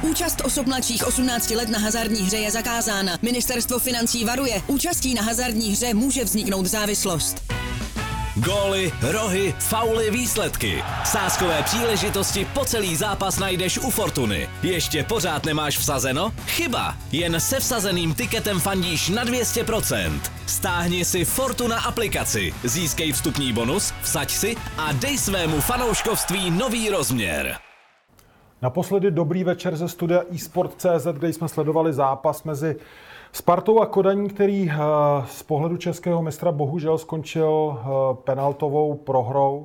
Účast osob mladších 18 let na hazardní hře je zakázána. Ministerstvo financí varuje, účastí na hazardní hře může vzniknout závislost. Góly, rohy, fauly, výsledky. Sázkové příležitosti po celý zápas najdeš u Fortuny. Ještě pořád nemáš vsazeno? Chyba! Jen se vsazeným tiketem fandíš na 200%. Stáhni si Fortuna aplikaci, získej vstupní bonus, vsaď si a dej svému fanouškovství nový rozměr. Naposledy dobrý večer ze studia eSport.cz, kde jsme sledovali zápas mezi Spartou a Kodaní, který z pohledu českého mistra bohužel skončil penaltovou prohrou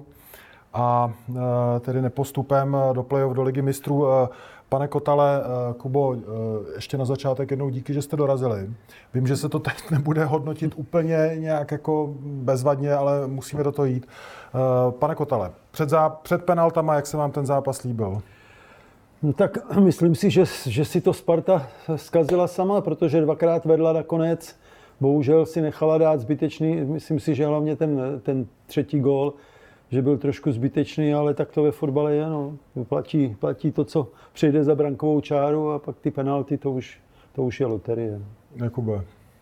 a tedy nepostupem do play-off do Ligy mistrů. Pane Kotale, Kubo, ještě na začátek jednou díky, že jste dorazili. Vím, že se to teď nebude hodnotit úplně nějak jako bezvadně, ale musíme do toho jít. Pane Kotale, před penaltama, jak se vám ten zápas líbil? No tak myslím si, že si to Sparta zkazila sama, protože dvakrát vedla nakonec. Bohužel si nechala dát zbytečný, myslím si, že hlavně ten třetí gól, že byl trošku zbytečný, ale tak to ve fotbale je. No. Platí to, co přejde za brankovou čáru a pak ty penalty, to už je loterie. Jakube.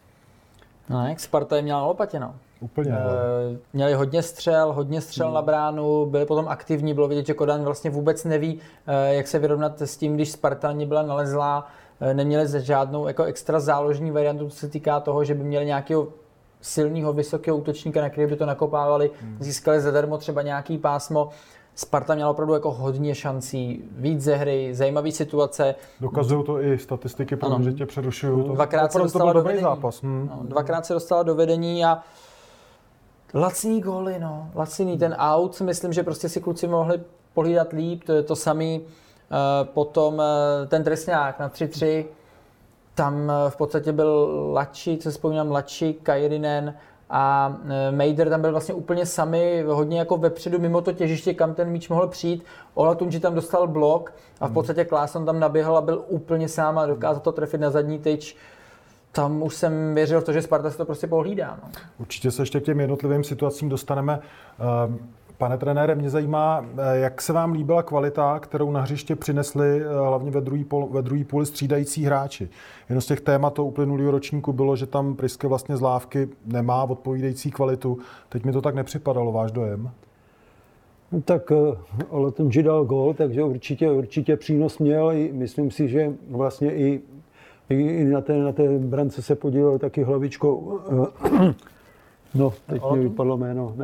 No, jak Sparta je měla na lopatě, no. Úplně. Měli hodně střel na bránu, byli potom aktivní, bylo vidět, že Kodaň vlastně vůbec neví, jak se vyrovnat s tím, když Sparta byla nalezlá, neměli žádnou jako extra záložní variantu, co se týká toho, že by měli nějakého silného, vysokého útočníka, na který by to nakopávali, získali zadarmo třeba nějaký pásmo. Sparta měla opravdu jako hodně šancí, víc ze hry, zajímavý situace. Dokazují to i statistiky, protože tě přerušuju. Dvakrát se dostala do vedení. Dvakrát se dostala do vedení a laciný góly, no. Laciný ten out, myslím, že prostě si kluci mohli pohlídat líp, to je to samý. Potom ten trestňák na 3-3, tam v podstatě byl Lači, co si vzpomínám, Lači, Kairinen a Mejder tam byl vlastně úplně sami, hodně jako vepředu, mimo to těžiště, kam ten míč mohl přijít. Olatunji tam dostal blok a v podstatě Klaason tam naběhl a byl úplně sám a dokázal to trefit na zadní tyč. Tam už jsem věřil v to, že Sparta se to prostě pohlídá. No. Určitě se ještě k těm jednotlivým situacím dostaneme. Pane trenére, mě zajímá, jak se vám líbila kvalita, kterou na hřiště přinesli hlavně ve druhé půli střídající hráči. Jedno z těch témat uplynulého ročníku bylo, že tam Priske vlastně z lávky nemá odpovídající kvalitu. Teď mi to tak nepřipadalo, váš dojem? No tak Olatunji dal gól, takže určitě přínos měl. Myslím si, že vlastně i na té brance se podílel taky hlavičkou. No, teď mi vypadlo jméno.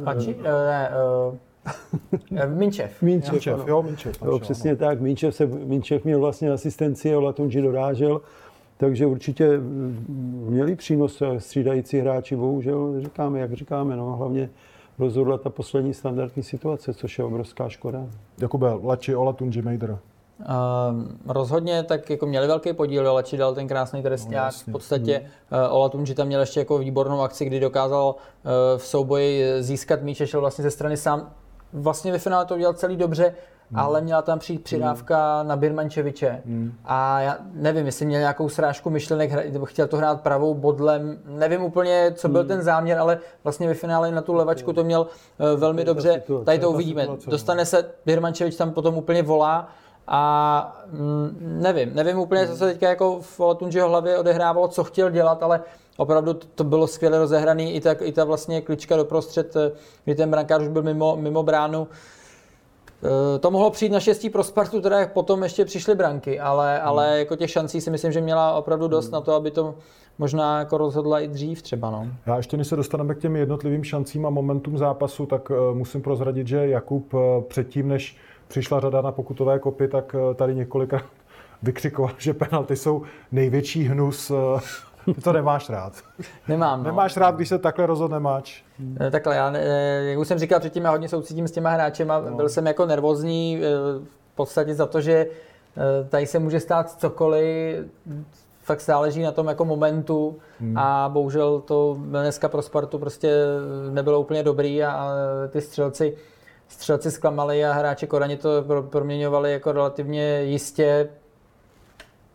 Minčev. Minčev. Jo, přesně tak. Minčev měl vlastně asistenci, Olatunji dorážel. Takže určitě měli přínos střídající hráči. Bohužel říkáme, no, hlavně rozhodla ta poslední standardní situace, což je obrovská škoda. Jakube, Lači, Olatunji, Mejder. Rozhodně, tak jako měli velký podíl, Lači dal ten krásný trestňák. V podstatě Olatunji tam měl ještě jako výbornou akci, kdy dokázal v souboji získat míč, šel vlastně ze strany sám. Vlastně ve finále to udělal celý dobře, ale měla tam přijít přidávka na Birmančeviče. A já nevím, jestli měl nějakou srážku myšlenek, chtěl to hrát pravou bodlem, nevím úplně, co byl ten záměr, ale vlastně ve finále na tu levačku to měl velmi dobře. Tady to uvidíme. Dostane se, Birmančevič tam potom úplně volá. A nevím úplně, co se teďka jako v Olatunjiho hlavě odehrávalo, co chtěl dělat, ale opravdu to bylo skvěle rozehraný, i ta vlastně klička doprostřed, kdy ten brankář už byl mimo bránu. To mohlo přijít naštěstí pro Spartu, teda potom ještě přišly branky, ale jako těch šancí si myslím, že měla opravdu dost na to, aby to možná jako rozhodla i dřív třeba. No. Já ještě než se dostaneme k těm jednotlivým šancím a momentům zápasu, tak musím prozradit, že Jakub předtím, než přišla řada na pokutové kopy, tak tady několikrát vykřikoval, že penalty jsou největší hnus. Ty to nemáš rád. Nemám. No. Nemáš rád, když se takhle rozhodne máč? Takhle, jak už jsem říkal předtím, já hodně soucítím s těma hráčema. Byl jsem jako nervózní v podstatě za to, že tady se může stát cokoliv. Fakt záleží na tom jako momentu a bohužel to dneska pro Spartu prostě nebylo úplně dobrý a ty střelci zklamali a hráči Kodaně to proměňovali jako relativně jistě.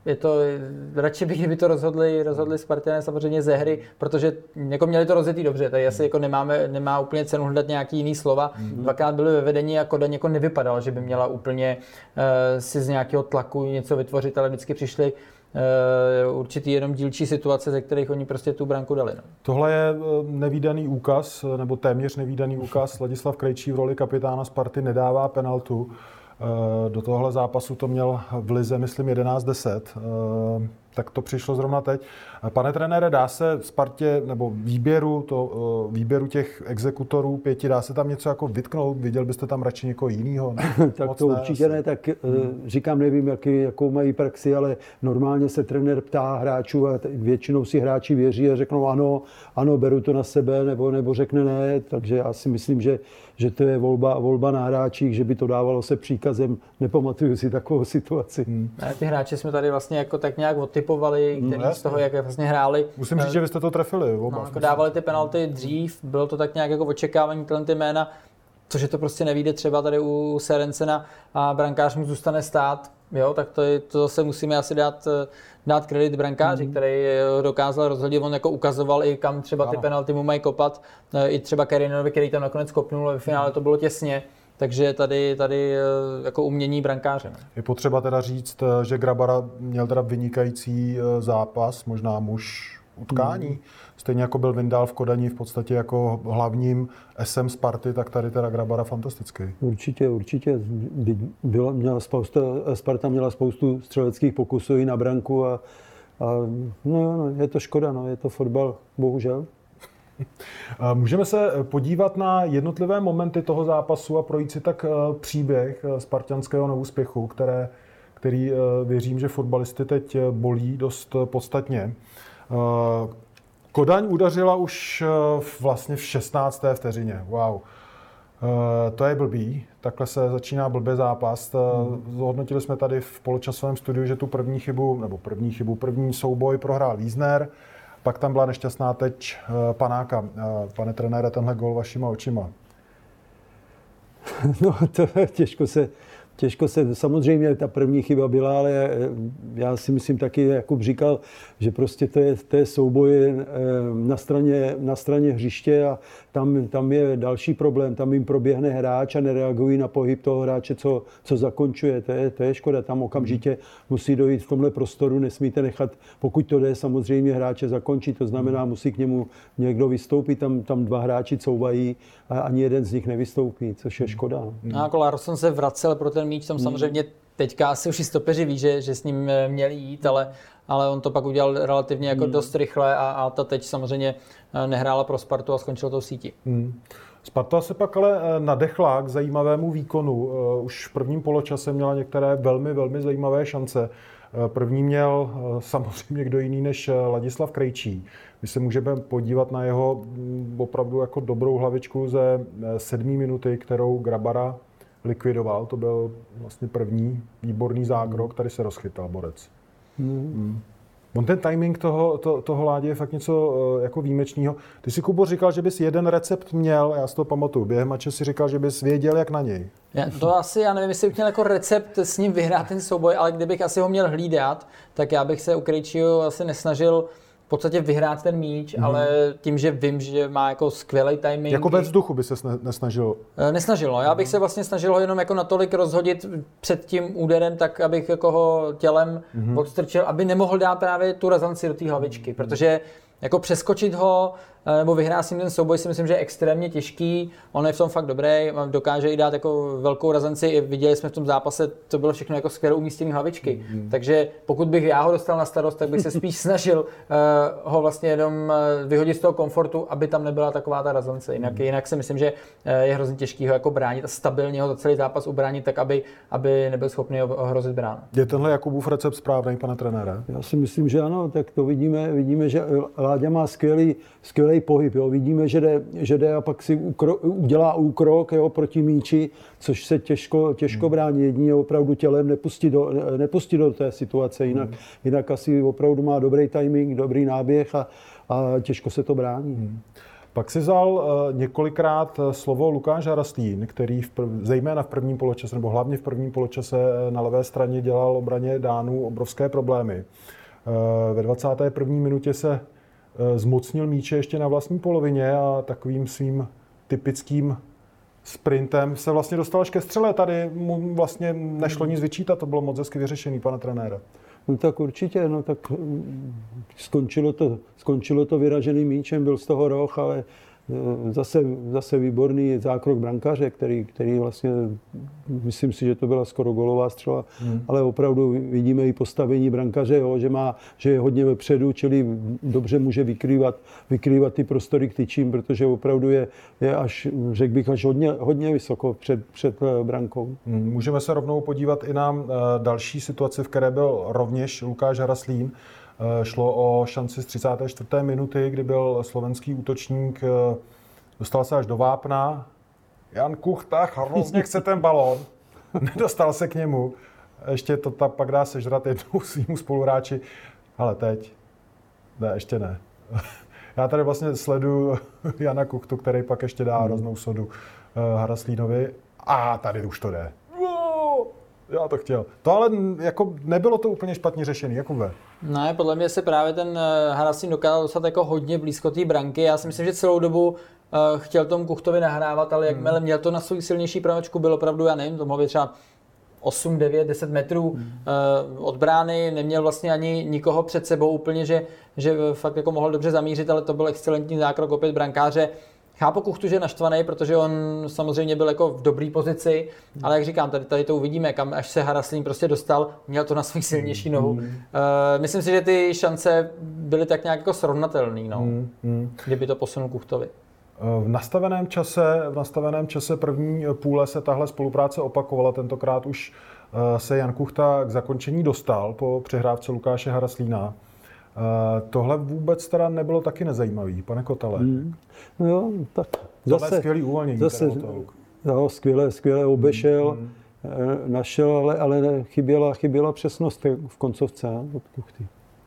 radši bych, kdyby to rozhodli Spartané samozřejmě ze hry, protože jako měli to rozjetý dobře, tady asi jako nemá úplně cenu hledat nějaký jiný slova. Dvakrát byli ve vedení a Kodaň jako nevypadal, že by měla úplně si z nějakého tlaku něco vytvořit, ale vždycky přišli určitý jenom dílčí situace, ze kterých oni prostě tu branku dali. No. Tohle je nevídaný úkaz, nebo téměř nevídaný úkaz. Ladislav Krejčí v roli kapitána Sparty nedává penaltu. Do tohle zápasu to měl v lize, myslím, 11-10. Tak to přišlo zrovna teď. Pane trenére, dá se Spartě, nebo výběru těch exekutorů 5, dá se tam něco jako vytknout? Viděl byste tam radši někoho jiného? Tak to určitě ne, tak říkám, nevím, jakou mají praxi, ale normálně se trenér ptá hráčů a většinou si hráči věří a řeknou ano, beru to na sebe, nebo řekne ne, takže já si myslím, že to je volba na hráčích, že by to dávalo se příkazem, nepamatuju si takovou situaci. Ty hráči jsme tady vlastně jako tak nějak odtypovali, kteří z toho, jak vlastně hráli. Musím říct, že vy jste to trefili. Jako dávali ty penalty dřív, bylo to tak nějak jako očekávání ty jména, což to prostě nevíde třeba tady u Serencena a brankář mu zůstane stát, jo, tak to zase musíme asi dát kredit brankáři, který dokázal rozhodit, on jako ukazoval i kam třeba ty penalty mu mají kopat, i třeba Karinovi, který tam nakonec kopnul, ve finále to bylo těsně. Takže tady jako umění brankáře. Je potřeba teda říct, že Grabara měl teda vynikající zápas, možná muž utkání. Stejně jako byl Vindal v Kodani v podstatě jako hlavním SM Sparty, tak tady teda Grabara fantastický. Určitě. Sparta měla spoustu střeleckých pokusů i na branku a je to škoda, je to fotbal, bohužel. Můžeme se podívat na jednotlivé momenty toho zápasu a projít si tak příběh spartanského neúspěchu, který věřím, že fotbalisty teď bolí dost podstatně. Kodaň udařila už vlastně v 16. vteřině. Wow. To je blbý. Takhle se začíná blbě zápas. Zhodnotili jsme tady v poločasovém studiu, že tu první souboj prohrál Wiesner. Pak tam byla nešťastná teď Panáka. Pane trenére, tenhle gól vašima očima. No, to těžko se, samozřejmě ta první chyba byla, ale já si myslím taky, Jakub říkal, že prostě to je souboj na straně hřiště a tam je další problém, tam jim proběhne hráč a nereagují na pohyb toho hráče, co zakončuje, to je škoda, tam okamžitě musí dojít v tomhle prostoru, nesmíte nechat, pokud to jde, samozřejmě hráče zakončit, to znamená, musí k němu někdo vystoupit, tam dva hráči couvají a ani jeden z nich nevystoupí, což je škoda. No, jako Larsson se vracel pro ten míč, tam samozřejmě teďka asi už i stopeři ví, že s ním měli jít, ale on to pak udělal relativně jako dost rychle a ta teď samozřejmě nehrála pro Spartu a skončilo to v síti. Sparta se pak ale nadechla k zajímavému výkonu. Už v prvním poločase měla některé velmi, velmi zajímavé šance. První měl samozřejmě kdo jiný než Ladislav Krejčí. My se můžeme podívat na jeho opravdu jako dobrou hlavičku ze 7. minuty, kterou Grabara likvidoval. To byl vlastně první výborný zákrok, tady se rozchytal borec. On ten timing toho Ládě je fakt něco jako výjimečného. Ty si, Kubo, říkal, že bys jeden recept měl, já si to pamatuju, během mače si říkal, že bys věděl, jak na něj. Já nevím, jestli bych měl jako recept s ním vyhrát ten souboj, ale kdybych asi ho měl hlídat, tak já bych se u Krejčího asi nesnažil v podstatě vyhrát ten míč, ale tím, že vím, že má jako skvělý timing. Jako ve vzduchu by se nesnažil? Nesnažil, no. Já bych se vlastně snažil ho jenom jako natolik rozhodit před tím úderem, tak abych jako ho tělem odstrčil, aby nemohl dát právě tu razanci do té hlavičky, protože jako přeskočit ho nebo vyhrát s ním ten souboj si myslím, že je extrémně těžký. On je v tom fakt dobrý, dokáže i dát jako velkou razanci. Viděli jsme v tom zápase, to bylo všechno jako skvěle umístěné hlavičky. Takže pokud bych já ho dostal na starost, tak bych se spíš snažil ho vlastně jenom vyhodit z toho komfortu, aby tam nebyla taková ta razance. Jinak si myslím, že je hrozně těžký ho jako bránit a stabilně ho za celý zápas ubránit, tak aby nebyl schopný ohrozit bránu. Je tenhle Jakubův recept správný, pane trenére? Já si myslím, že ano, tak to vidíme, že Láďa má skvělý pohyb, jo. Vidíme, že jde a pak si udělá úkrok, jo, proti míči, což se těžko brání. Jedině opravdu tělem nepustí do té situace, jinak asi opravdu má dobrý timing, dobrý náběh a těžko se to brání. Pak si vzal několikrát slovo Lukáš Harastlín, který zejména v prvním poločase, nebo hlavně v prvním poločase na levé straně dělal obraně Dánů obrovské problémy. Ve 21. minutě se zmocnil míče ještě na vlastní polovině a takovým svým typickým sprintem se vlastně dostal až ke střele. Tady mu vlastně nešlo nic vyčítat, to bylo moc hezky vyřešený, pane trenére. No tak určitě, no tak skončilo to vyraženým míčem, byl z toho roh, ale zase výborný zákrok brankáře, který vlastně, myslím si, že to byla skoro gólová střela, ale opravdu vidíme i postavení brankáře, jo, že je hodně vepředu, čili dobře může vykrývat ty prostory k tyčím, protože opravdu je až, řekl bych, až hodně vysoko před brankou. Můžeme se rovnou podívat i na další situaci, v které byl rovněž Lukáš Harastlín. Šlo o šanci z 34. minuty, kdy byl slovenský útočník, dostal se až do vápna. Jan Kuchta hrozně chce ten balón, nedostal se k němu. Ještě to pak dá sežrat jednou svýmu spoluhráči. Ale teď? Ne, ještě ne. Já tady vlastně sleduju Jana Kuchtu, který pak ještě dá hroznou sodu Harastlínovi. A tady už to jde. Já to chtěl. To ale jako nebylo to úplně špatně řešený, Jakube. Ne, podle mě se právě ten Harastlín dokázal dostat jako hodně blízko té branky. Já si myslím, že celou dobu chtěl tomu Kuchtovi nahrávat, ale jakmile měl to na svou silnější pravočku, byl opravdu, já nevím, to mohlo být třeba 8, 9, 10 metrů od brány, neměl vlastně ani nikoho před sebou úplně, že fakt jako mohl dobře zamířit, ale to byl excelentní zákrok opět brankáře. Chápu Kuchtu, že je naštvaný, protože on samozřejmě byl jako v dobré pozici, ale jak říkám, tady to uvidíme, kam až se Harastlín prostě dostal, měl to na svou silnější nohu. Myslím si, že ty šance byly tak nějak jako srovnatelný, no, kdyby to posunul Kuchtovi. V nastaveném čase první půle se tahle spolupráce opakovala, tentokrát už se Jan Kuchta k zakončení dostal po přehrávce Lukáše Harastlína. Tohle vůbec teda nebylo taky nezajímavý, pane Kotale. No jo, tak zase skvělý uvolnění. Jo, skvěle obešel, našel, ale chyběla přesnost v koncovce od Kuchty.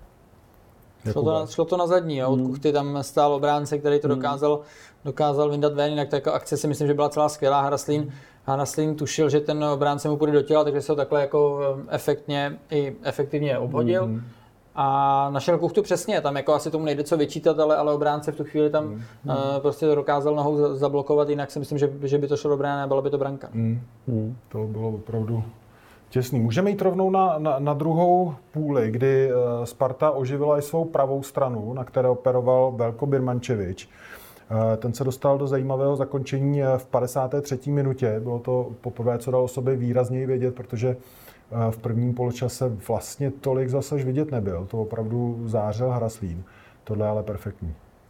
Šlo to na zadní, jo. Od Kuchty tam stál obránce, který to dokázal vyndat ven, jinak ta akce si myslím, že byla celá skvělá. Harastlín tušil, že ten obránce mu půjde do těla, takže se ho takhle jako efektivně obhodil. A našel Kuchtu přesně, tam jako asi tomu nejde co vyčítat, ale obránce v tu chvíli tam prostě to dokázal nohou zablokovat, jinak si myslím, že by to šlo do brány a byla by to branka. To bylo opravdu těsný. Můžeme jít rovnou na druhou půli, kdy Sparta oživila i svou pravou stranu, na které operoval Veljko Birmančevič. Ten se dostal do zajímavého zakončení v 53. minutě. Bylo to poprvé, co dal o sobě výrazněji vědět, protože v prvním poločase vlastně tolik zase až vidět nebyl. To opravdu zářil Harastlín. Tohle je ale perfektní.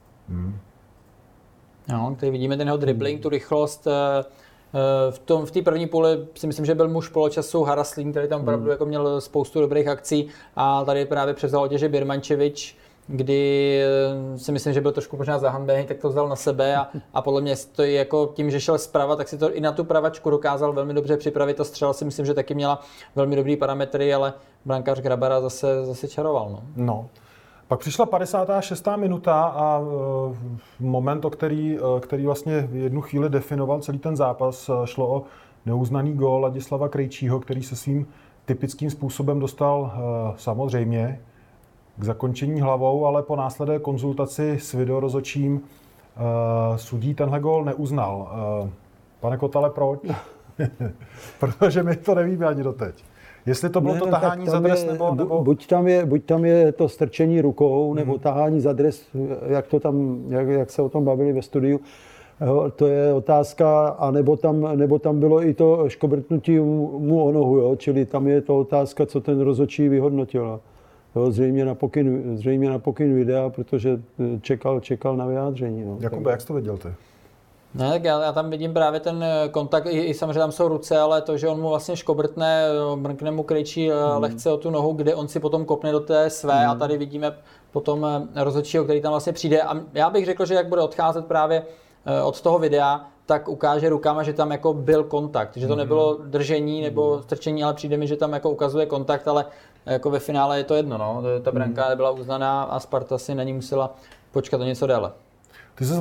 No, tady vidíme ten jeho dribbling, tu rychlost. V té první půli si myslím, že byl muž poločasu Harastlín, který tam opravdu jako měl spoustu dobrých akcí a tady právě převzal otěže Birmančevič, kdy si myslím, že byl trošku možná zahanbený, tak to vzal na sebe a podle mě to je jako tím, že šel zprava, tak si to i na tu pravačku dokázal velmi dobře připravit. Ta střela si myslím, že taky měla velmi dobrý parametry, ale brankář Grabara zase čaroval. No. Pak přišla 56. minuta a moment, který vlastně jednu chvíli definoval celý ten zápas. Šlo o neuznaný gól Ladislava Krejčího, který se svým typickým způsobem dostal samozřejmě k zakončení hlavou, ale po následné konzultaci s videorozhodčím sudí tenhle gól neuznal. Pane Kotale, proč? Protože my to nevíme ani doteď. Jestli to bylo to tahání za dres, nebo... Buď tam je to strčení rukou, nebo tahání za dres, jak se o tom bavili ve studiu. Jo, to je otázka, a nebo tam bylo i to škobrtnutí mu o nohu, jo? Čili tam je to otázka, co ten rozhodčí vyhodnotil. Jo, zřejmě na pokyn videa, protože čekal na vyjádření. No. Jakube, jak jsi to viděl ty? Ne, tak já tam vidím právě ten kontakt, i samozřejmě tam jsou ruce, ale to, že on mu vlastně mrkne mu Krejčí lehce o tu nohu, kde on si potom kopne do té své a tady vidíme potom rozhodčího, který tam vlastně přijde. A já bych řekl, že jak bude odcházet právě od toho videa, tak ukáže rukama, že tam jako byl kontakt, že to nebylo držení nebo strčení, ale přijde mi, že tam jako ukazuje kontakt, ale jako ve finále je to jedno, no. Ta branka nebyla uznaná a Sparta si na ní musela počkat o něco déle. Ty jsi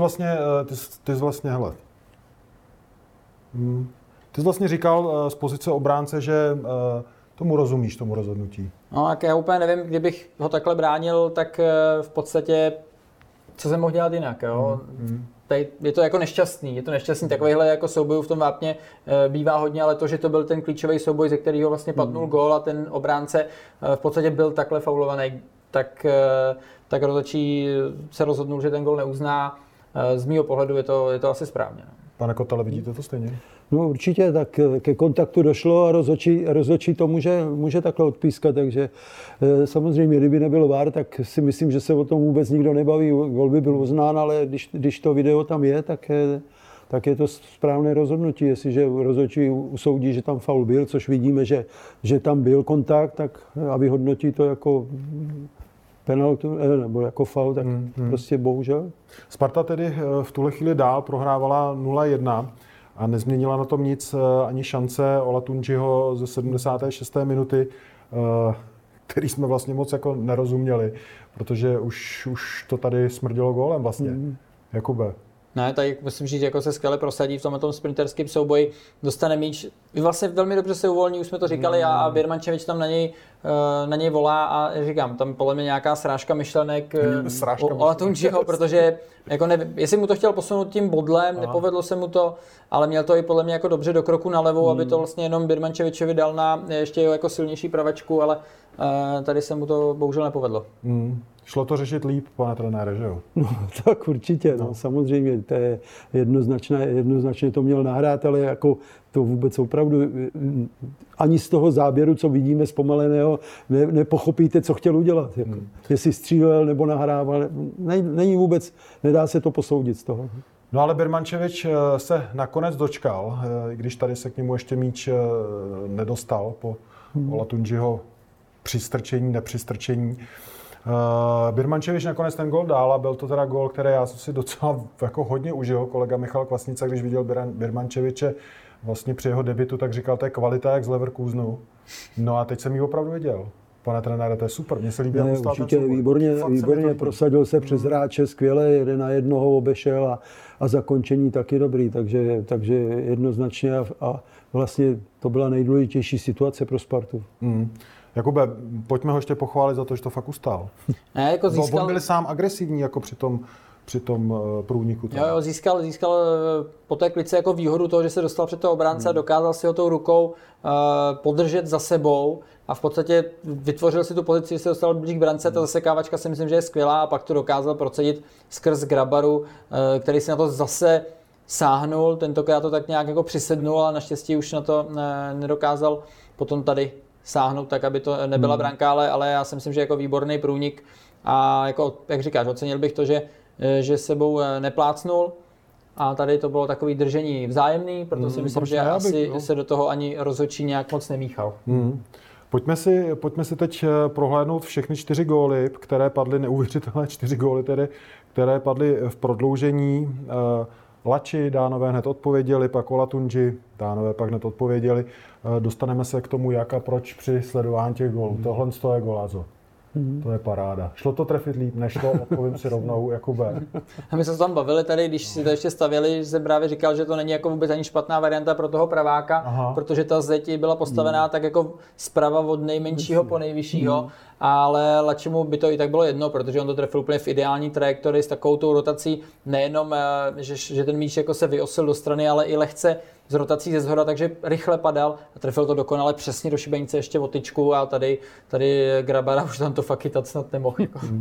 vlastně říkal z pozice obránce, že tomu rozumíš, tomu rozhodnutí. No, tak já úplně nevím, kdybych ho takhle bránil, tak v podstatě, co jsem mohl dělat jinak, jo? Tady je to jako nešťastný, takovýhle jako soubojů v tom Vápně bývá hodně, ale to, že to byl ten klíčový souboj, ze kterého vlastně padnul gól a ten obránce v podstatě byl takhle faulovaný, tak rozhodčí se rozhodnul, že ten gól neuzná. Z mýho pohledu je to asi správně. Pane Kotale, vidíte to stejně? No určitě, tak ke kontaktu došlo a rozhodčí to může takhle odpískat, takže samozřejmě, kdyby nebyl VAR, tak si myslím, že se o tom vůbec nikdo nebaví, gól by byl uznán, ale když to video tam je, tak je to správné rozhodnutí. Jestliže rozhodčí usoudí, že tam faul byl, což vidíme, že tam byl kontakt, tak a vyhodnotí to jako penaltu nebo jako faul, tak prostě bohužel. Sparta tedy v tuhle chvíli dál prohrávala 0-1 a nezměnila na tom nic ani šance Olatunjiho ze 76. minuty, který jsme vlastně moc jako nerozuměli, protože už to tady smrdilo gólem vlastně. Jakube. Ne, tady musím říct, jako se skvěle prosadí v tomhle sprinterském souboji, dostane míč, vlastně velmi dobře se uvolní, už jsme to říkali, a Birmančevič tam na něj volá a říkám, tam podle mě nějaká srážka myšlenek Olatunjiho, protože jako jestli mu to chtěl posunout tím bodlem, nepovedlo se mu to, ale měl to i podle mě jako dobře do kroku na levou, aby to vlastně jenom Birmančevičovi dal na ještě jako silnější pravačku, ale tady se mu to bohužel nepovedlo. Šlo to řešit líp, pane trenére, že jo? No tak určitě, no, samozřejmě, to je jednoznačně to měl nahrát, ale jako to vůbec opravdu ani z toho záběru, co vidíme zpomaleného, nepochopíte, co chtěl udělat. Jako. Jestli střílel nebo nahrával, není vůbec, nedá se to posoudit z toho. No ale Birmančevič se nakonec dočkal, i když tady se k němu ještě míč nedostal po Olatunjiho přistrčení, nepřistrčení. Birmančevič nakonec ten gól dál a byl to teda gól, který já jsem si docela jako hodně užil. Kolega Michal Kvasnica, když viděl Birmančeviče vlastně při jeho debutu, tak říkal, to je kvalita jak z Leverkusenu. No a teď jsem ji opravdu viděl. Pane trenére, to je super, mně se líbí. Určitě výborně prosadil se přes hráče, skvěle, 1-1 obešel a zakončení taky dobrý, takže jednoznačně a vlastně to byla nejdůležitější situace pro Spartu. Jakube, pojďme ho ještě pochválit za to, že to fakt ustál. Ne, jako získal... On byl sám agresivní jako při tom průniku. Jo, získal po té klice jako výhodu toho, že se dostal před toho obránce a dokázal si ho tou rukou podržet za sebou a v podstatě vytvořil si tu pozici, že se dostal blíž k brance. Ta zasekávačka si myslím, že je skvělá a pak to dokázal procedit skrz Grabaru, který si na to zase sáhnul, tentokrát to tak nějak jako přisednul, ale naštěstí už na to nedokázal potom tady sáhnout tak, aby to nebyla branka, ale já si myslím, že jako výborný průnik a jako, jak říkáš, ocenil bych to, že sebou neplácnul a tady to bylo takový držení vzájemný, proto si myslím, že asi se do toho ani rozhodčí nějak moc nemíchal. Pojďme si teď prohlédnout všechny 4 góly, které padly, neuvěřitelné 4 góly tedy, které padly v prodloužení. Lači, Dánové hned odpověděli, pak Olatunji, Dánové pak hned odpověděli. Dostaneme se k tomu, jak a proč při sledování těch gólů. Tohle je golazo. To je paráda. Šlo to trefit líp, nešlo, odpovím si rovnou, Jakube. A my jsme se tam bavili tady, když si to ještě stavěli, že jsem právě říkal, že to není jako vůbec ani špatná varianta pro toho praváka, protože ta zeď byla postavená tak jako zprava od nejmenšího po nejvyššího, ale Lačimu by to i tak bylo jedno, protože on to trefil úplně v ideální trajektorii s takovou tou rotací, nejenom, že ten míč jako se vyosil do strany, ale i lehce z rotací ze zhora, takže rychle padal a trefil to dokonale přesně do šibenice ještě o tyčku a tady Grabara už tam to fakt chytat snad nemohl.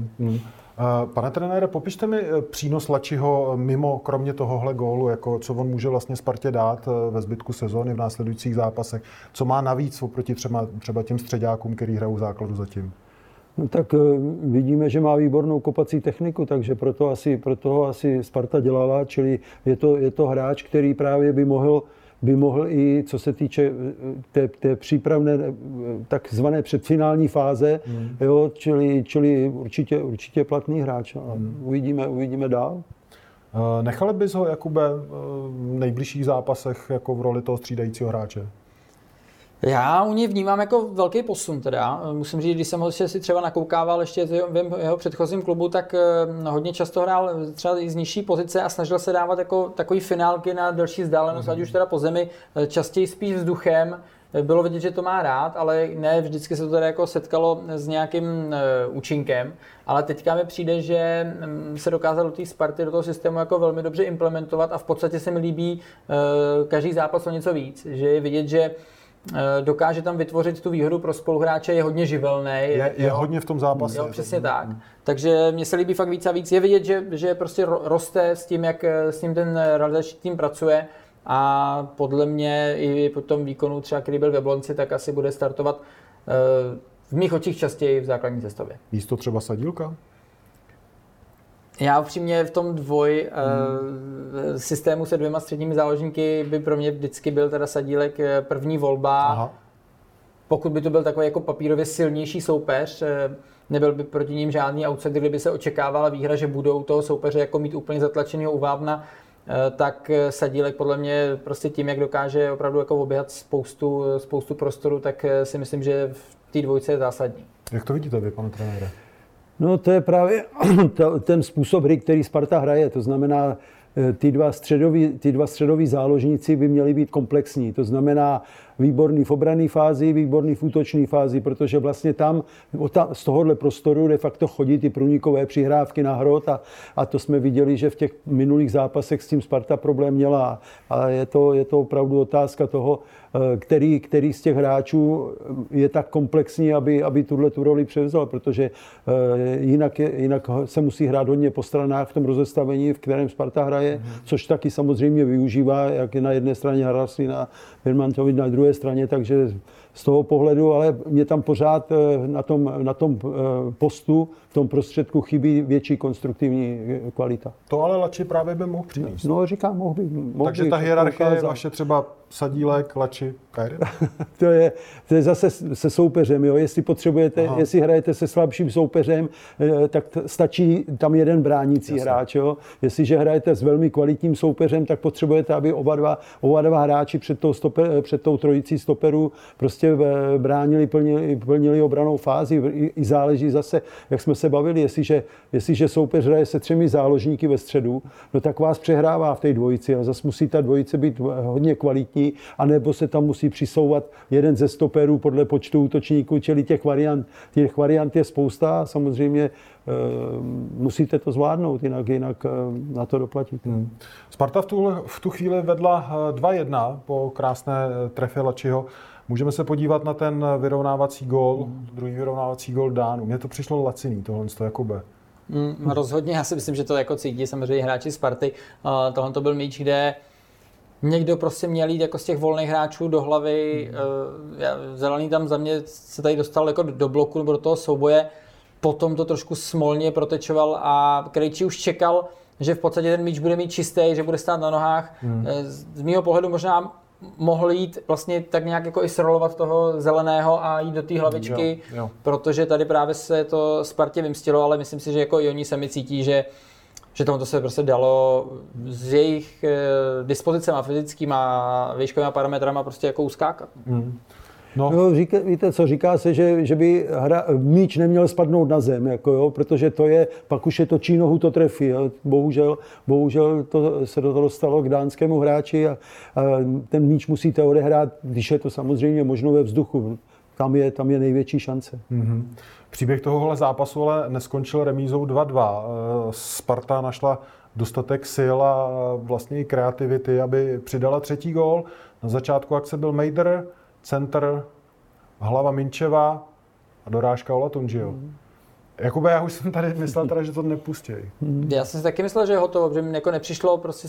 Pane trenére, popište mi přínos Lačiho mimo, kromě tohohle gólu, jako co on může vlastně Spartě dát ve zbytku sezóny v následujících zápasech. Co má navíc oproti třeba těm středákům, který hrajou základu zatím? No tak vidíme, že má výbornou kopací techniku, takže proto asi Sparta dělala, čili je to hráč, který právě by mohl i, co se týče té přípravné takzvané předfinální fáze, jo, čili určitě platný hráč. A uvidíme dál. Nechali bys ho, Jakube, v nejbližších zápasech jako v roli toho střídajícího hráče? Já u něj vnímám jako velký posun teda. Musím říct, když jsem ho si třeba nakoukával ještě v jeho předchozím klubu, tak hodně často hrál třeba i z nižší pozice a snažil se dávat jako takový finálky na delší vzdálenost, ať už teda po zemi, častěji spíš vzduchem. Bylo vidět, že to má rád, ale ne vždycky se to teda jako setkalo s nějakým účinkem. Ale teďka mi přijde, že se dokázal do té Sparty, do toho systému jako velmi dobře implementovat a v podstatě se mi líbí každý zápas o něco víc. Že je vidět, že dokáže tam vytvořit tu výhodu pro spoluhráče, je hodně živelný. Je hodně v tom zápase. Jo, přesně tak. Takže mně se líbí fakt víc a víc. Je vidět, že prostě roste s tím, jak s ním ten realizační tým pracuje. A podle mě i po tom výkonu třeba, který byl v Jablonci, tak asi bude startovat v mých očích častěji v základní sestavě. Místo třeba Sadílka? Já upřímně v tom systému se 2 středními záložníky by pro mě vždycky byl teda Sadílek první volba. Aha. Pokud by to byl takový jako papírově silnější soupeř, nebyl by proti ním žádný outsider, kdyby se očekávala výhra, že budou toho soupeře jako mít úplně zatlačenýho u vápna, tak Sadílek podle mě prostě tím, jak dokáže opravdu jako oběhat spoustu prostoru, tak si myslím, že v té dvojce je zásadní. Jak to vidíte vy, pane trenére? No to je právě ten způsob hry, který Sparta hraje. To znamená, ty dva středoví záložníci by měli být komplexní. To znamená výborný v obranné fázi, výborný v útočné fázi, protože vlastně tam z tohohle prostoru de facto chodí ty průnikové přihrávky na hrot a to jsme viděli, že v těch minulých zápasech s tím Sparta problém měla. A je to opravdu otázka toho, který z těch hráčů je tak komplexní, aby tu roli převzal, protože jinak se musí hrát hodně po stranách v tom rozestavení, v kterém Sparta hraje, což taky samozřejmě využívá, jak je na jedné straně Haraslín Birmantovi na druhé straně, takže z toho pohledu, ale mě tam pořád na tom postu, v tom prostředku chybí větší konstruktivní kvalita. To ale Lači právě by mohl přinést. No říkám, mohl by. Takže ta hierarchie je vaše třeba Sadílek, Lači, Kajry? to je zase se soupeřem, jo. Jestli potřebujete, jestli hrajete se slabším soupeřem, tak stačí tam jeden bránící hráč, jo. Jestliže hrajete s velmi kvalitním soupeřem, tak potřebujete, aby oba dva hráči před tou trojicí stoperů prostě bránili, plnili obranou fázi. I záleží zase, jak jsme se bavili, jestliže soupeř hraje se 3 záložníky ve středu, no tak vás přehrává v té dvojici a zase musí ta dvojice být hodně kvalitní, anebo se tam musí přisouvat jeden ze stoperů podle počtu útočníků, čili těch variant je spousta a samozřejmě musíte to zvládnout, jinak na to doplatit. Sparta v tu chvíli vedla 2-1 po krásné trefě Lačiho. Můžeme se podívat na ten vyrovnávací gól, druhý vyrovnávací gól Dánu. Mně to přišlo laciný, tohle Jakube. Rozhodně, já si myslím, že to jako cítí samozřejmě hráči Sparty. Tohle to byl míč, kde někdo prostě měl jít jako z těch volných hráčů do hlavy. Zelený tam za mě se tady dostal jako do bloku nebo do toho souboje. Potom to trošku smolně protečoval a Krejčí už čekal, že v podstatě ten míč bude mít čistý, že bude stát na nohách. Z mýho pohledu možná mohl jít vlastně tak nějak jako i srolovat toho Zeleného a jít do té hlavičky, jo. Protože tady právě se to Spartě vymstilo, ale myslím si, že jako i oni sami cítí, že tomuto se prostě dalo s jejich dispozicema fyzickýma výškovými parametrama prostě jako uskákat. No, víte co, říká se, že by míč neměl spadnout na zem, jako jo, protože to je, pak už je to čí nohu to trefí. Jo. Bohužel se do toho dostalo k dánskému hráči a ten míč musíte odehrát, když je to samozřejmě možno ve vzduchu. Tam je největší šance. Příběh tohohle zápasu ale neskončil remízou 2-2. Sparta našla dostatek sil a vlastně i kreativity, aby přidala 3. gól. Na začátku akce byl Mejdr, centr, hlava Minčeva a dorážka Olatunjiho. Jakube, já už jsem tady myslel, že to nepustí. Já jsem si taky myslel, že je hotovo, že mi jako nepřišlo prostě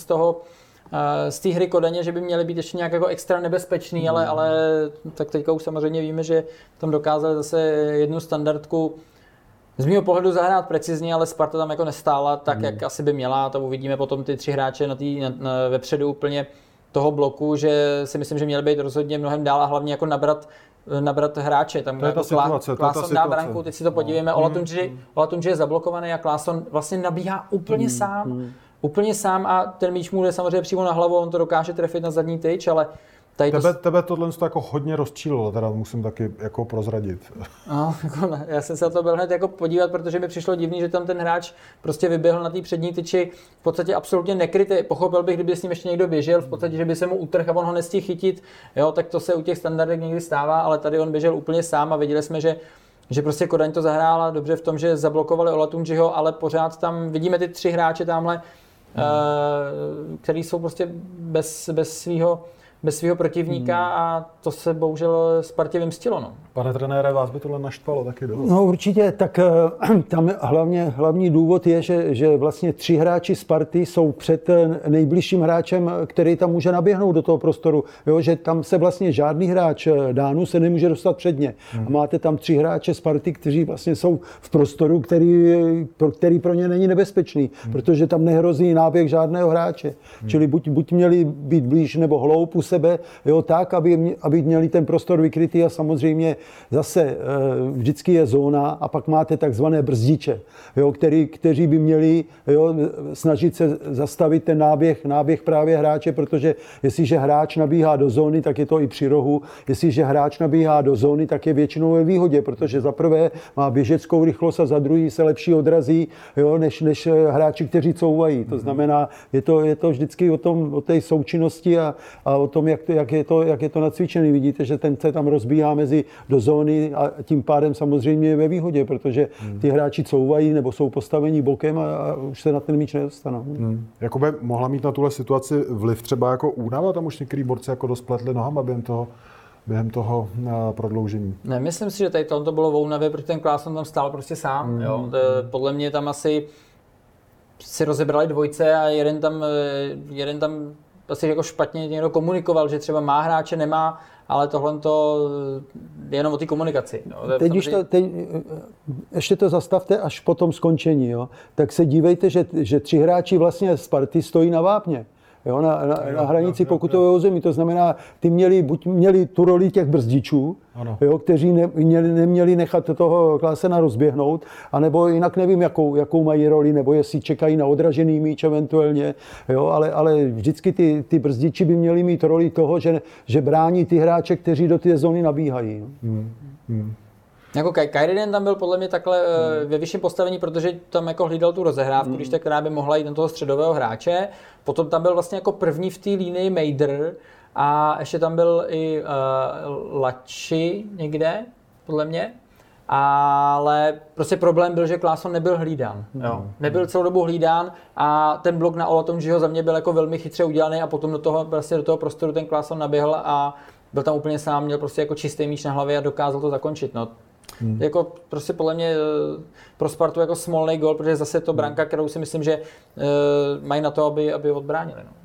z té hry Kodaně, že by měly být ještě nějak jako extra nebezpečný, ale tak teďka už samozřejmě víme, že tam dokázali zase jednu standardku z mého pohledu zahrát precizně, ale Sparta tam jako nestála tak, jak asi by měla. To uvidíme potom ty 3 hráče vepředu úplně toho bloku, že si myslím, že měli být rozhodně mnohem dál a hlavně jako nabrat hráče. Tam to je jako Klaason dá branku, teď si to podívejme. Olatunji je zablokovaný a Klaason vlastně nabíhá úplně sám a ten míč mu jde samozřejmě přímo na hlavu, on to dokáže trefit na zadní tyč, ale Tebe tohle jako hodně rozčílilo, teda musím taky jako prozradit. No, jako já jsem se na to byl hned jako podívat, protože mi přišlo divný, že tam ten hráč prostě vyběhl na té přední tyči v podstatě absolutně nekrytý. Pochopil bych, kdyby s ním ještě někdo běžel, v podstatě, že by se mu utrhl a on ho nestihl chytit, jo, tak to se u těch standardek někdy stává, ale tady on běžel úplně sám a viděli jsme, že prostě Kodaň to zahrála dobře v tom, že zablokovali Olatunjiho, ale pořád tam vidíme ty 3 hráče tamhle, který jsou prostě bez svého protivníka a to se bohužel Spartě vymstilo. No. Pane trenére, vás by tohle naštvalo taky dost? No určitě, tak tam hlavní důvod je, že vlastně 3 hráči Sparty jsou před nejbližším hráčem, který tam může naběhnout do toho prostoru. Jo, že tam se vlastně žádný hráč Dánu se nemůže dostat předně. A máte tam 3 hráče Sparty, kteří vlastně jsou v prostoru, který pro ně není nebezpečný, protože tam nehrozí náběh žádného hráče. Čili buď měli být blíž nebo hloub u sebe, jo, tak, aby měli ten prostor vykrytý a samozřejmě zase vždycky je zóna a pak máte takzvané brzdiče, jo, kteří by měli, jo, snažit se zastavit ten náběh právě hráče, protože jestliže hráč nabíhá do zóny, tak je to i při rohu. Jestliže hráč nabíhá do zóny, tak je většinou ve výhodě, protože za prvé má běžeckou rychlost a za druhý se lepší odrazí, jo, než hráči, kteří couvají. To znamená, je to vždycky o té součinnosti a o tom, jak je to nacvičený. Vidíte, že ten se tam rozbíhá do zóny a tím pádem samozřejmě je ve výhodě, protože ty hráči couvají nebo jsou postaveni bokem a už se na ten míč nedostanou. Jakoby mohla mít na tuhle situaci vliv třeba jako únava, tam už některý borci jako dospletli nohama během toho prodloužení? Ne, myslím si, že tady to bylo v únavě, protože ten Klaason tam stál prostě sám. Jo. Podle mě tam asi si rozebrali dvojce a jeden tam asi jako špatně někdo komunikoval, že třeba má hráče, nemá, ale tohle to je jenom o té komunikaci. No. Ještě to zastavte až po tom skončení. Jo. Tak se dívejte, že 3 hráči vlastně Sparty stojí na vápně. Jo, na hranici pokutového území. To znamená, ty měli tu roli těch brzdičů, jo, kteří neměli nechat toho Klaasena rozběhnout, anebo jinak nevím, jakou mají roli, nebo jestli čekají na odražený míč eventuálně, jo, ale vždycky ty brzdiči by měli mít roli toho, že brání ty hráče, kteří do té zóny nabíhají. Jako Kairinen tam byl podle mě takhle ve vyšším postavení, protože tam jako hlídal tu rozehrávku, když tak, která by mohla jít na toho středového hráče. Potom tam byl vlastně jako první v té línii Mejdr a ještě tam byl i Lači někde, podle mě. Ale prostě problém byl, že Klaason nebyl hlídán. Jo. Nebyl celou dobu hlídán a ten blok na Olatunjiho za mě byl jako velmi chytře udělaný a potom do toho prostoru ten Klaason naběhl a byl tam úplně sám, měl prostě jako čistý míč na hlavě a dokázal to zakončit. No. Jako prostě podle mě pro Spartu jako smolný gol, protože zase to branka, kterou si myslím, že mají na to, aby odbránili. No.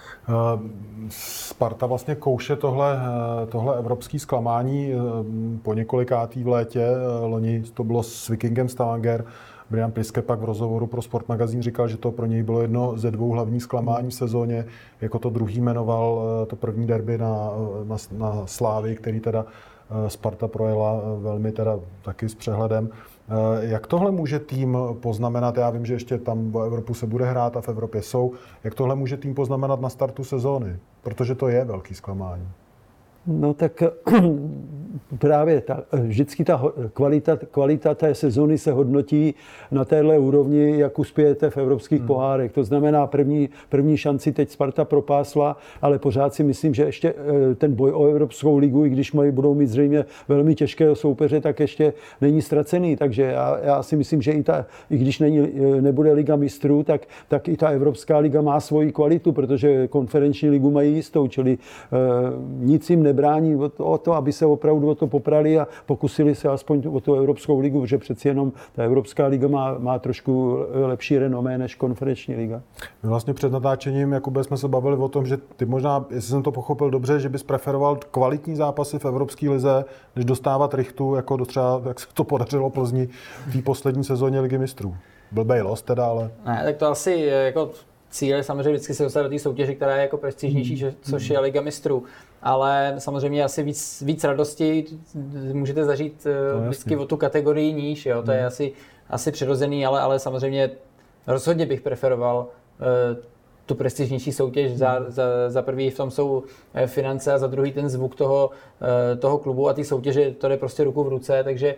Sparta vlastně kouše tohle evropské zklamání po několikátý v létě. Loni to bylo s Vikingem Stavanger. Brian Priske pak v rozhovoru pro Sport magazín říkal, že to pro něj bylo jedno ze 2 hlavních zklamání v sezóně. Jako to druhý jmenoval to první derby na Slávii, který teda Sparta projela velmi teda taky s přehledem. Jak tohle může tým poznamenat? Já vím, že ještě tam o Evropu se bude hrát a v Evropě jsou. Jak tohle může tým poznamenat na startu sezóny? Protože to je velký zklamání. No tak právě vždycky ta kvalita té sezóny se hodnotí na téhle úrovni, jak uspějete v evropských pohárech. To znamená, první šanci teď Sparta propásla, ale pořád si myslím, že ještě ten boj o Evropskou ligu, i když budou mít zřejmě velmi těžkého soupeře, tak ještě není ztracený. Takže já si myslím, že i když nebude Liga mistrů, tak i ta Evropská liga má svoji kvalitu, protože konferenční ligu mají jistou, čili nic jim nebrání o to, aby se opravdu o to poprali a pokusili se aspoň o tu Evropskou ligu, protože přeci jenom ta Evropská liga má trošku lepší renomé než konferenční liga. My vlastně před natáčením Jakube, jsme se bavili o tom, že ty možná, jestli jsem to pochopil dobře, že bys preferoval kvalitní zápasy v Evropské lize, než dostávat rychtu, jako třeba, jak se to podařilo Plzni v té poslední sezóně Ligy mistrů. Blbej los teda, ale... Ne, tak to asi jako cíl je samozřejmě vždycky se dostat do té soutěže, která je jako prestižnější, což je Liga mistrů. Ale samozřejmě asi víc radosti můžete zažít vždycky o tu kategorii níž, jo? To je asi přirozený, ale samozřejmě rozhodně bych preferoval tu prestižnější soutěž. Za prvý v tom jsou finance a za druhý ten zvuk toho klubu a ty soutěže, to jde prostě ruku v ruce, takže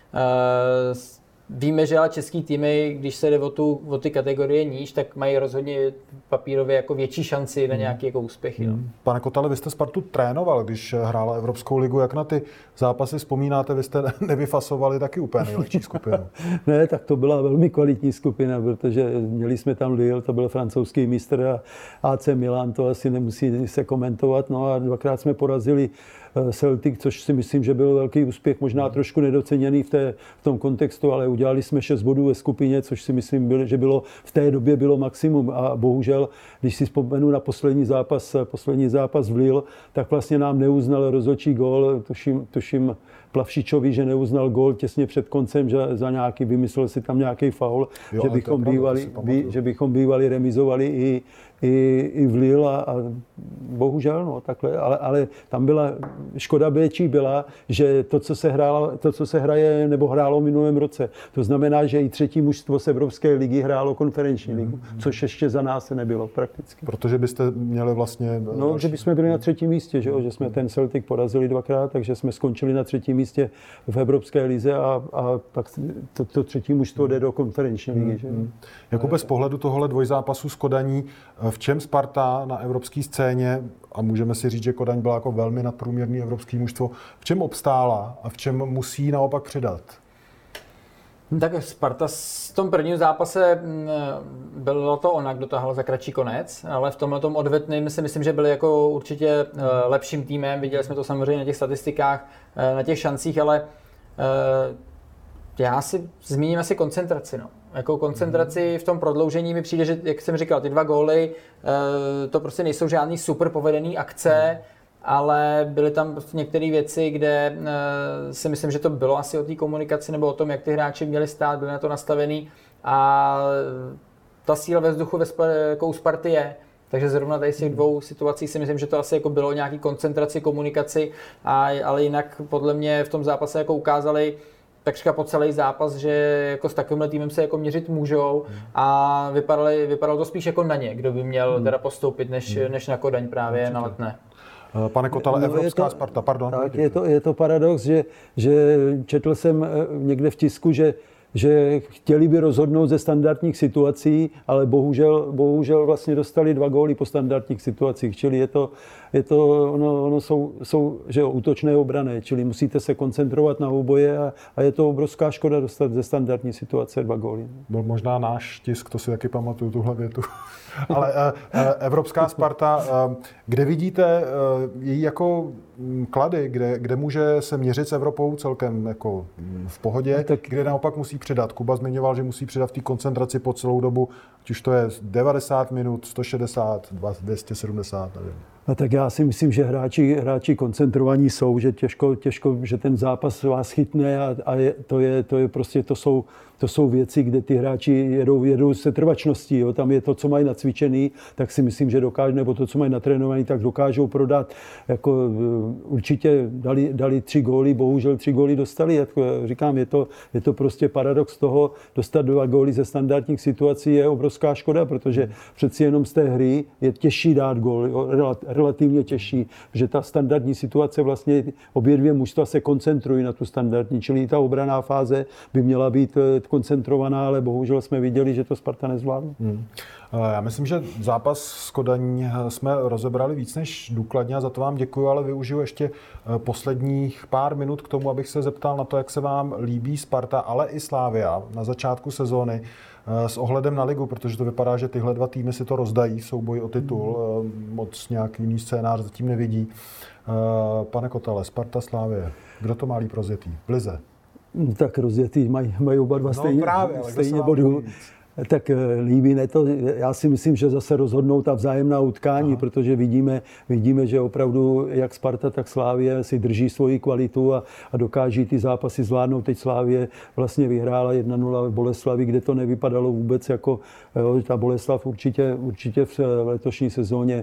víme, že ale český týmy, když se jde o ty kategorie níž, tak mají rozhodně papírově jako větší šanci na nějaké jako úspěchy. No. Pane Kotale, vy jste Spartu trénoval, když hrála Evropskou ligu. Jak na ty zápasy vzpomínáte? Vy jste nevyfasovali taky úplně nejlepší skupinu. Ne, tak to byla velmi kvalitní skupina, protože měli jsme tam Lille, to byl francouzský mistr, a AC Milan, to asi nemusí se komentovat. No a dvakrát jsme porazili Celtic, což si myslím, že byl velký úspěch, možná trošku nedoceněný v tom kontextu, ale udělali jsme 6 bodů ve skupině, což si myslím, že bylo v té době bylo maximum. A bohužel, když si vzpomenu na poslední zápas v Lille, tak vlastně nám neuznal rozhodčí gól, tuším Plavšičovi, že neuznal gól těsně před koncem, že za nějaký, vymyslel si tam nějaký faul, že bychom bývali remizovali i v Lille a bohužel, no takhle, ale tam byla, škoda větší byla, že to, co se hraje nebo hrálo v minulém roce, to znamená, že i třetí mužstvo z Evropské ligy hrálo konferenční ligu, což ještě za nás nebylo prakticky. Protože byste měli vlastně... No, že bychom byli na třetím místě, že jsme ten Celtic porazili dvakrát, takže jsme skončili na třetím místě v Evropské lize a pak to třetí mužstvo jde do konferenční ligy. Že? Jakube, z pohledu tohohle dvojzápasu s Kodaní, v čem Sparta na evropské scéně, a můžeme si říct, že Kodaň byla jako velmi nadprůměrný evropský mužstvo, v čem obstála a v čem musí naopak přidat? Tak Sparta v tom prvním zápase bylo to ona, kdo tahal za kratší konec, ale v tomhletom odvetným si myslím, že byli jako určitě lepším týmem. Viděli jsme to samozřejmě na těch statistikách, na těch šancích, ale já si zmíním asi koncentraci. No. Jako koncentraci v tom prodloužení mi přijde, že, jak jsem říkal, ty 2 góly, to prostě nejsou žádný super povedený akce, ale byly tam některé věci, kde si myslím, že to bylo asi o té komunikaci nebo o tom, jak ty hráči měli stát, byli na to nastavený a ta síla ve vzduchu u Sparty je. Takže zrovna tady z těch 2 situací si myslím, že to asi jako bylo nějaký koncentraci, komunikaci, ale jinak podle mě v tom zápase jako ukázali takřka po celý zápas, že jako s takovýmhle týmem se jako měřit můžou a vypadalo to spíš jako na ně, kdo by měl teda postoupit, než na Kodaň právě na Letné. Pane Kotale, Evropská Sparta, pardon. Tak je to paradox, že četl jsem někde v tisku, že chtěli by rozhodnout ze standardních situací, ale bohužel vlastně dostali 2 góly po standardních situacích, čili ono jsou že útočné obrané, čili musíte se koncentrovat na oboje a je to obrovská škoda dostat ze standardní situace 2 góly. Byl možná náš tisk, to si taky pamatuju, tuhle větu. Ale Evropská Sparta, kde vidíte její jako klady, kde může se měřit s Evropou celkem jako v pohodě, kde naopak musí přidat. Kuba zmiňoval, že musí přidat v té koncentraci po celou dobu, ať už to je 90 minut, 160, 270, nevím. A tak já si myslím, že hráči koncentrovaní jsou, že těžko, že ten zápas vás chytne a to je prostě, to jsou věci, kde ty hráči jedou se trvačností. Jo. Tam je to, co mají nacvičený, tak si myslím, že dokážou, nebo to, co mají natrénovaný, tak dokážou prodat. Jako, určitě dali 3 góly, bohužel 3 góly dostali. Jako, říkám, je to prostě paradox toho, dostat 2 góly ze standardních situací je obrovská škoda, protože přeci jenom z té hry je těžší dát gól, relativně těžší, že ta standardní situace vlastně obě 2 mužstva se koncentrují na tu standardní, čili ta obranná fáze by měla být koncentrovaná, ale bohužel jsme viděli, že to Sparta nezvládla. Já myslím, že zápas s Kodaní jsme rozebrali víc než důkladně a za to vám děkuji, ale využiju ještě posledních pár minut k tomu, abych se zeptal na to, jak se vám líbí Sparta, ale i Slavia na začátku sezóny s ohledem na ligu, protože to vypadá, že tyhle 2 týmy si to rozdají v souboji o titul. Moc nějaký jiný scénář zatím nevidí. Pane Kotale, Sparta, Slavie, kdo to má líp rozjetý? V lize? Tak rozjetý mají oba 2 stejně bodů. Tak líbí ne to. Já si myslím, že zase rozhodnou ta vzájemná utkání, protože vidíme, že opravdu jak Sparta, tak Slavie si drží svoji kvalitu a dokáží ty zápasy zvládnout. Teď Slavie vlastně vyhrála 1-0 v Boleslavi, kde to nevypadalo vůbec jako ta Boleslav určitě v letošní sezóně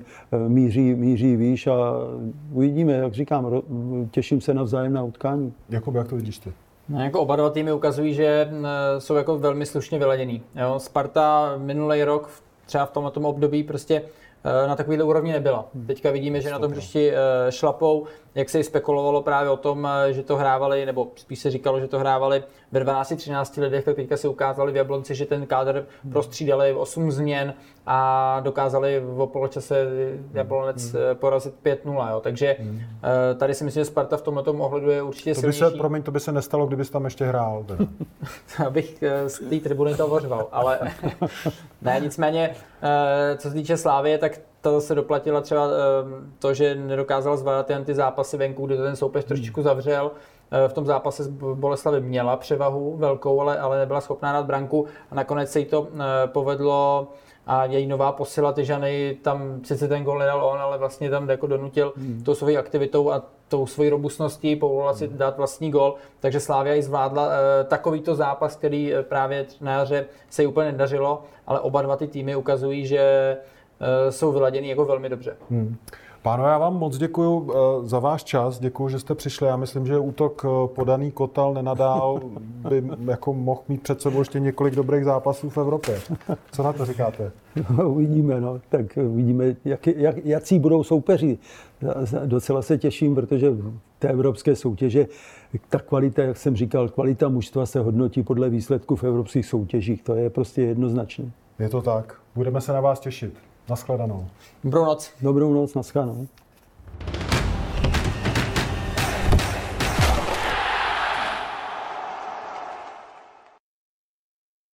míří výš a uvidíme, jak říkám, těším se na vzájemná utkání. Jakub, jak to vidíš ty? No, jako oba 2 týmy ukazují, že jsou jako velmi slušně vyladěný. Jo? Sparta minulý rok třeba v tomto období prostě na takovéhle úrovni nebyla. Teďka vidíme, že na tom hřišti šlapou, jak se spekulovalo právě o tom, že to hrávali, nebo spíš se říkalo, že to hrávali ve 12-13 lidech, tak teďka se ukázali v Jablonci, že ten kádr prostřídali 8 změn a dokázali v poločase Jablonec porazit 5-0. Jo. Takže tady si myslím, že Sparta v tomto ohledu je určitě silnější. To by se nestalo, kdybys tam ještě hrál. Abych z té tribuny to ořval, ale ne, nicméně, co se týče Slávie, tak to se doplatila třeba to, že nedokázal zvládat ty zápasy venku, kdy to ten soupeř trošičku zavřel. V tom zápase Boleslavi měla převahu velkou, ale nebyla schopná dát branku a nakonec se jí to povedlo a její nová posila Tyžany, tam sice ten gól nedal on, ale vlastně tam jako donutil tou svojí aktivitou a tou svojí robustností povolila si dát vlastní gól, takže Slavia i zvládla takovýto zápas, který právě na jaře se jí úplně nedařilo, ale oba dva ty týmy ukazují, že jsou vyladěný jako velmi dobře. Pánové, já vám moc děkuju za váš čas, děkuju, že jste přišli. Já myslím, že útok podaný Kotal nenadál by jako mohl mít před sebou ještě několik dobrých zápasů v Evropě. Co na to říkáte? Uvidíme, no. Tak uvidíme, jací budou soupeři. Docela se těším, protože v té evropské soutěže ta kvalita, jak jsem říkal, kvalita mužstva se hodnotí podle výsledků v evropských soutěžích. To je prostě jednoznačné. Je to tak. Budeme se na vás těšit. Naschledanou. Dobrou noc. Dobrou noc, naschledanou.